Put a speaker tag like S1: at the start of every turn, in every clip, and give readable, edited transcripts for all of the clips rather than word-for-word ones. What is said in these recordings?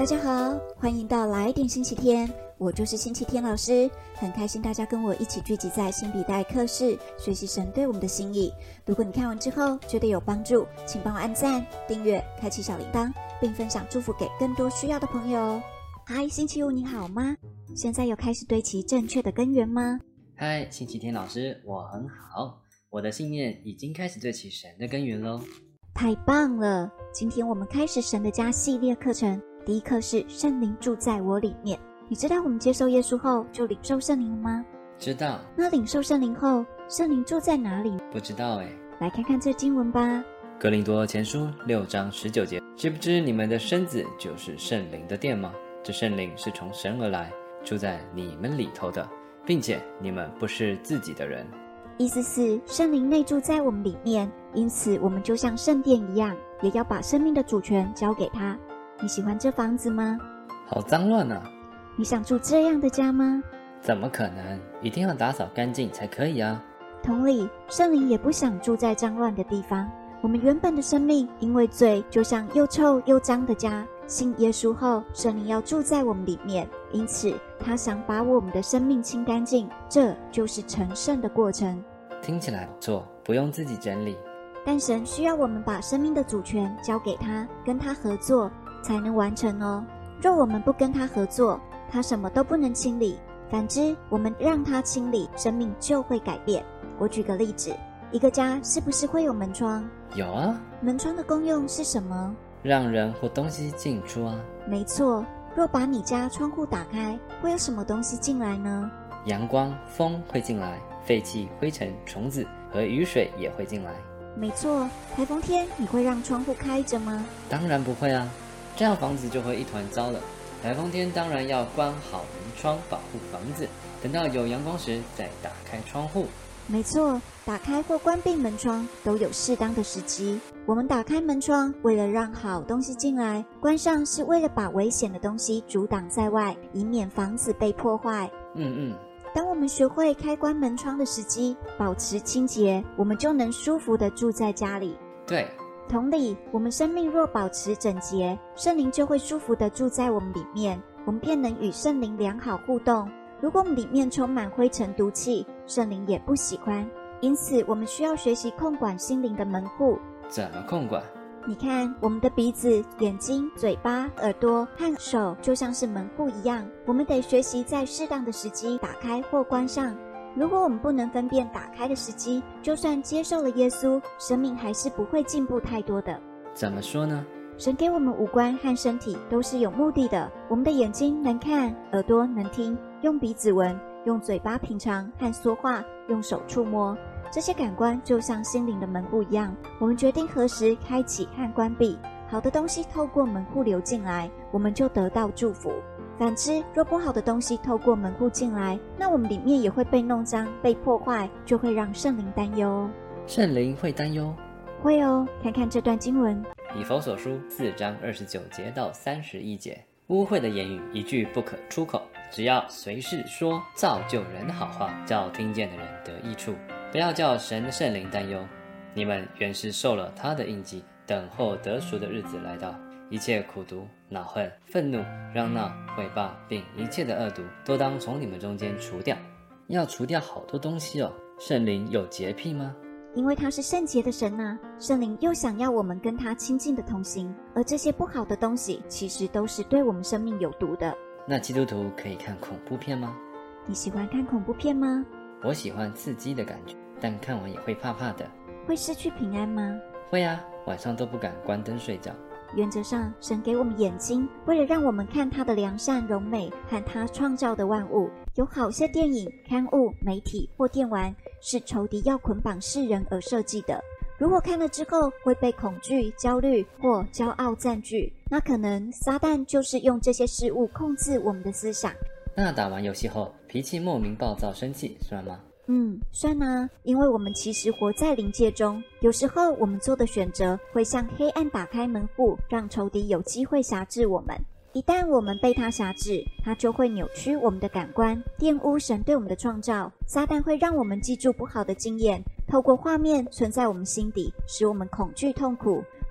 S1: 大家好，欢迎到来点星期天，我就是星期天老师，很开心大家跟我一起聚集在新笔袋课室，学习神对我们的心意。如果你看完之后觉得有帮助，请帮我按赞、订阅、开启小铃铛，并分享祝福给更多需要的朋友哦。嗨，星期五你好吗？现在有开始堆齐正确的根源吗？
S2: 嗨，星期天老师，我很好，我的信念已经开始对齐神的根源咯。
S1: 太棒了！今天我们开始神的家系列课程，第一课是圣灵住在我里面。你知道我们接受耶稣后就领受圣灵了吗？
S2: 知道。
S1: 那领受圣灵后，圣灵住在哪里？
S2: 不知道耶。
S1: 来看看这经文吧。
S2: 哥林多前书6章19节，知不知你们的身子就是圣灵的殿吗？这圣灵是从神而来，住在你们里头的，并且你们不是自己的人。
S1: 意思是圣灵内住在我们里面，因此我们就像圣殿一样，也要把生命的主权交给他。你喜欢这房子吗？
S2: 好脏乱啊！
S1: 你想住这样的家吗？
S2: 怎么可能？一定要打扫干净才可以啊！
S1: 同理，圣灵也不想住在脏乱的地方。我们原本的生命因为罪，就像又臭又脏的家。信耶稣后，圣灵要住在我们里面，因此他想把我们的生命清干净，这就是成圣的过程。
S2: 听起来不错，不用自己整理。
S1: 但神需要我们把生命的主权交给他，跟他合作，才能完成哦。若我们不跟他合作，他什么都不能清理。反之，我们让他清理，生命就会改变。我举个例子，一个家是不是会有门窗？
S2: 有啊。
S1: 门窗的功用是什么？
S2: 让人或东西进出啊。
S1: 没错，若把你家窗户打开，会有什么东西进来呢？
S2: 阳光、风会进来，废气、灰尘、虫子和雨水也会进来。
S1: 没错，台风天你会让窗户开着吗？
S2: 当然不会啊，这样房子就会一团糟了。台风天当然要关好门窗，保护房子，等到有阳光时再打开窗户。
S1: 没错，打开或关闭门窗都有适当的时机。我们打开门窗，为了让好东西进来；关上是为了把危险的东西阻挡在外，以免房子被破坏。当我们学会开关门窗的时机，保持清洁，我们就能舒服地住在家里。
S2: 对。
S1: 同理，我们生命若保持整洁，圣灵就会舒服地住在我们里面，我们便能与圣灵良好互动。如果我们里面充满灰尘毒气，圣灵也不喜欢。因此我们需要学习控管心灵的门户。
S2: 怎么控管？
S1: 你看，我们的鼻子、眼睛、嘴巴、耳朵和手就像是门户一样，我们得学习在适当的时机打开或关上。如果我们不能分辨打开的时机，就算接受了耶稣，生命还是不会进步太多的。
S2: 怎么说呢？
S1: 神给我们五官和身体都是有目的的，我们的眼睛能看，耳朵能听，用鼻子闻，用嘴巴品尝和说话，用手触摸。这些感官就像心灵的门户一样，我们决定何时开启和关闭。好的东西透过门户流进来，我们就得到祝福。反之，若不好的东西透过门户进来，那我们里面也会被弄脏、被破坏，就会让圣灵担忧。
S2: 圣灵会担忧？
S1: 会哦，看看这段经文，
S2: 以弗所书4章29节到31节，污秽的言语一句不可出口，只要随时说造就人的好话，叫听见的人得益处。不要叫神的圣灵担忧，你们原是受了他的印记，等候得赎的日子来到。一切苦毒、恼恨、愤怒、嚷闹、毁谤，并一切的恶毒，都当从你们中间除掉。要除掉好多东西哦。圣灵有洁癖吗？
S1: 因为他是圣洁的神啊，圣灵又想要我们跟他亲近的同行，而这些不好的东西其实都是对我们生命有毒的。
S2: 那基督徒可以看恐怖片吗？
S1: 你喜欢看恐怖片吗？
S2: 我喜欢刺激的感觉，但看完也会怕怕的。
S1: 会失去平安吗？
S2: 会啊，晚上都不敢关灯睡觉。
S1: 原则上，神给我们眼睛，为了让我们看他的良善荣美和他创造的万物。有好些电影、刊物、媒体或电玩是仇敌要捆绑世人而设计的。如果看了之后会被恐惧、焦虑或骄傲占据，那可能撒旦就是用这些事物控制我们的思想。
S2: 那打完游戏后脾气莫名暴躁生气算吗？
S1: 算啊，因为我们其实活在灵界中，有时候我们做的选择会向黑暗打开门户，让仇敌有机会辖制我们。一旦我们被他辖制，他就会扭曲我们的感官，玷污神对我们的创造。撒旦会让我们记住不好的经验，透过画面存在我们心底，使我们恐惧痛苦。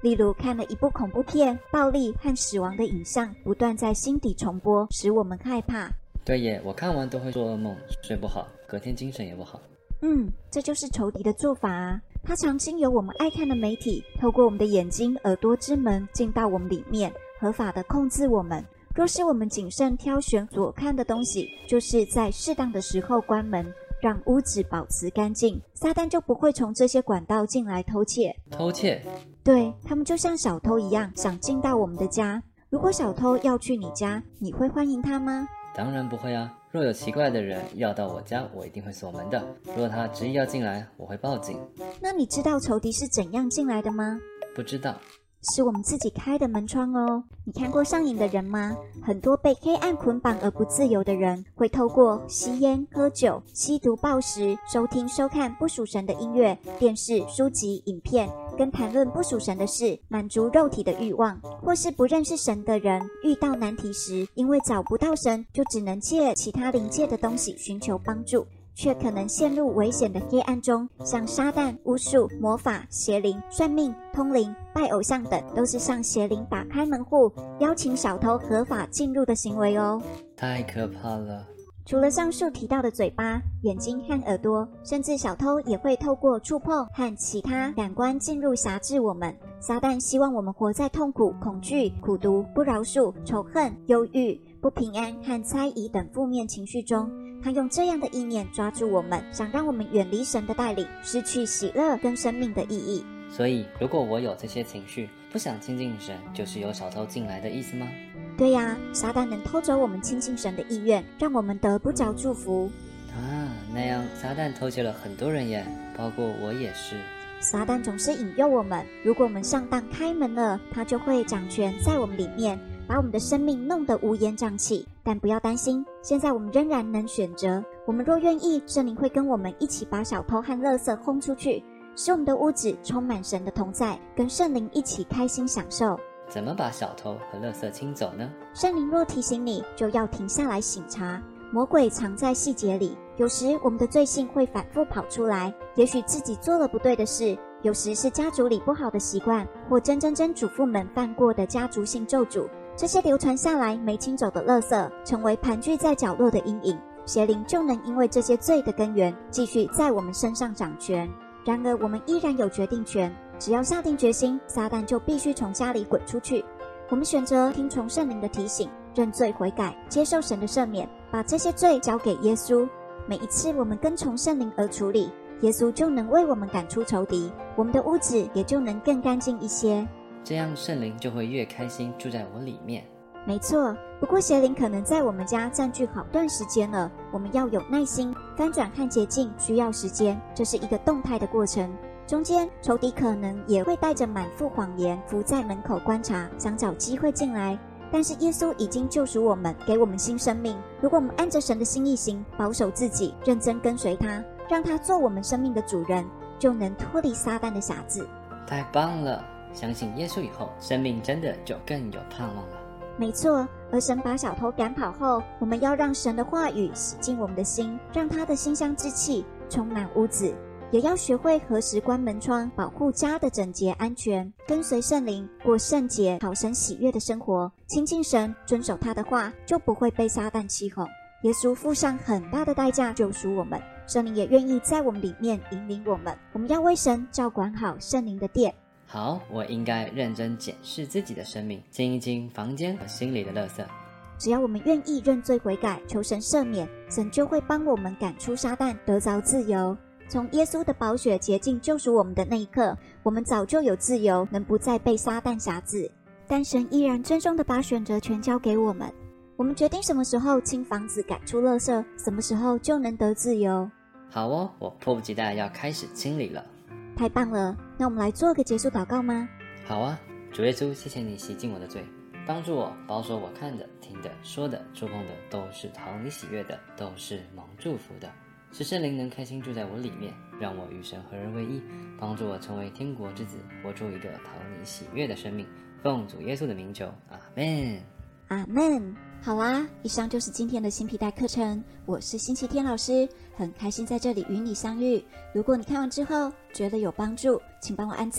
S1: 例如看了一部恐怖片，暴力和死亡的影像不断在心底重播，使我们害怕。
S2: 对耶，我看完都会做噩梦，睡不好，隔天精神也不好。
S1: 这就是仇敌的做法啊。他常经由我们爱看的媒体，透过我们的眼睛、耳朵之门进到我们里面，合法的控制我们。若是我们谨慎挑选所看的东西，就是在适当的时候关门，让屋子保持干净，撒旦就不会从这些管道进来偷窃。
S2: 偷窃？
S1: 对，他们就像小偷一样，想进到我们的家。如果小偷要去你家，你会欢迎他吗？
S2: 当然不会啊。若有奇怪的人要到我家，我一定会锁门的。若他执意要进来，我会报警。
S1: 那你知道仇敌是怎样进来的吗？
S2: 不知道。
S1: 是我们自己开的门窗哦。你看过上瘾的人吗？很多被黑暗捆绑而不自由的人，会透过吸烟、喝酒、吸毒、暴食、收听、收看不属神的音乐、电视、书籍、影片，跟谈论不属神的事，满足肉体的欲望。或是不认识神的人，遇到难题时，因为找不到神，就只能借其他灵界的东西寻求帮助，却可能陷入危险的黑暗中，像撒旦、巫术、魔法、邪灵、算命、通灵、拜偶像等，都是向邪灵打开门户，邀请小偷合法进入的行为哦。
S2: 太可怕了。
S1: 除了上述提到的嘴巴、眼睛和耳朵，甚至小偷也会透过触碰和其他感官进入辖制我们。撒旦希望我们活在痛苦、恐惧、苦毒、不饶恕、仇恨、忧郁、不平安和猜疑等负面情绪中。他用这样的意念抓住我们，想让我们远离神的带领，失去喜乐跟生命的意义。
S2: 所以，如果我有这些情绪，不想亲近神，就是有小偷进来的意思吗？
S1: 对呀，撒旦能偷走我们亲近神的意愿，让我们得不着祝福。
S2: 那样撒旦偷窃了很多人耶，包括我也是。
S1: 撒旦总是引诱我们，如果我们上当开门了，他就会掌权在我们里面，把我们的生命弄得乌烟瘴气。但不要担心，现在我们仍然能选择。我们若愿意，圣灵会跟我们一起把小偷和垃圾轰出去，使我们的屋子充满神的同在，跟圣灵一起开心享受。
S2: 怎么把小偷和垃圾清走呢？
S1: 圣灵若提醒你，就要停下来省察。魔鬼藏在细节里，有时我们的罪性会反复跑出来，也许自己做了不对的事，有时是家族里不好的习惯，或曾祖父们犯过的家族性咒诅。这些流传下来没清走的垃圾，成为盘踞在角落的阴影，邪灵就能因为这些罪的根源，继续在我们身上掌权。然而我们依然有决定权，只要下定决心，撒旦就必须从家里滚出去。我们选择听从圣灵的提醒，认罪悔改，接受神的赦免，把这些罪交给耶稣。每一次我们跟从圣灵而处理，耶稣就能为我们赶出仇敌，我们的屋子也就能更干净一些。
S2: 这样圣灵就会越开心住在我里面。
S1: 没错，不过邪灵可能在我们家占据好段时间了，我们要有耐心，翻转和洁净需要时间，这是一个动态的过程。中间仇敌可能也会带着满腹谎言伏在门口观察，想找机会进来。但是耶稣已经救赎我们，给我们新生命。如果我们按着神的心意行，保守自己，认真跟随他，让他做我们生命的主人，就能脱离撒旦的辖制。
S2: 太棒了！相信耶稣以后，生命真的就更有盼望了。
S1: 没错，而神把小偷赶跑后，我们要让神的话语洗净我们的心，让他的馨香之气充满屋子。也要学会何时关门窗，保护家的整洁安全，跟随圣灵过圣洁讨神喜悦的生活，亲近神，遵守他的话，就不会被撒旦欺哄。耶稣付上很大的代价救赎我们，圣灵也愿意在我们里面引领我们。我们要为神照管好圣灵的殿。
S2: 好，我应该认真检视自己的生命，清一清房间和心里的垃圾。
S1: 只要我们愿意认罪悔改，求神赦免，神就会帮我们赶出撒旦，得着自由。从耶稣的宝血洁净救赎我们的那一刻，我们早就有自由，能不再被撒旦辖制。但神依然真正的把选择权交给我们，我们决定什么时候清房子赶出垃圾，什么时候就能得自由。
S2: 好哦，我迫不及待要开始清理了。
S1: 太棒了，那我们来做个结束祷告吗？
S2: 好啊，主耶稣，谢谢你洗净我的罪，帮助我保守我看的、听的、说的、触碰的，都是讨你喜悦的，都是蒙祝福的。使圣灵能开心住在我里面，让我与神合而为一，帮助我成为天国之子，活出一个讨你喜悦的生命。奉主耶稣的名求，阿们。
S1: 阿们。好啦，以上就是今天的新皮带课程，我是星期天老师，很开心在这里与你相遇。如果你看完之后觉得有帮助，请帮我按赞、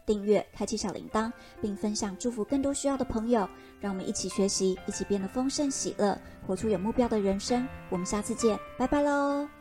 S1: 订阅、开启小铃铛，并分享祝福更多需要的朋友。让我们一起学习，一起变得丰盛喜乐，活出有目标的人生。我们下次见，拜拜喽。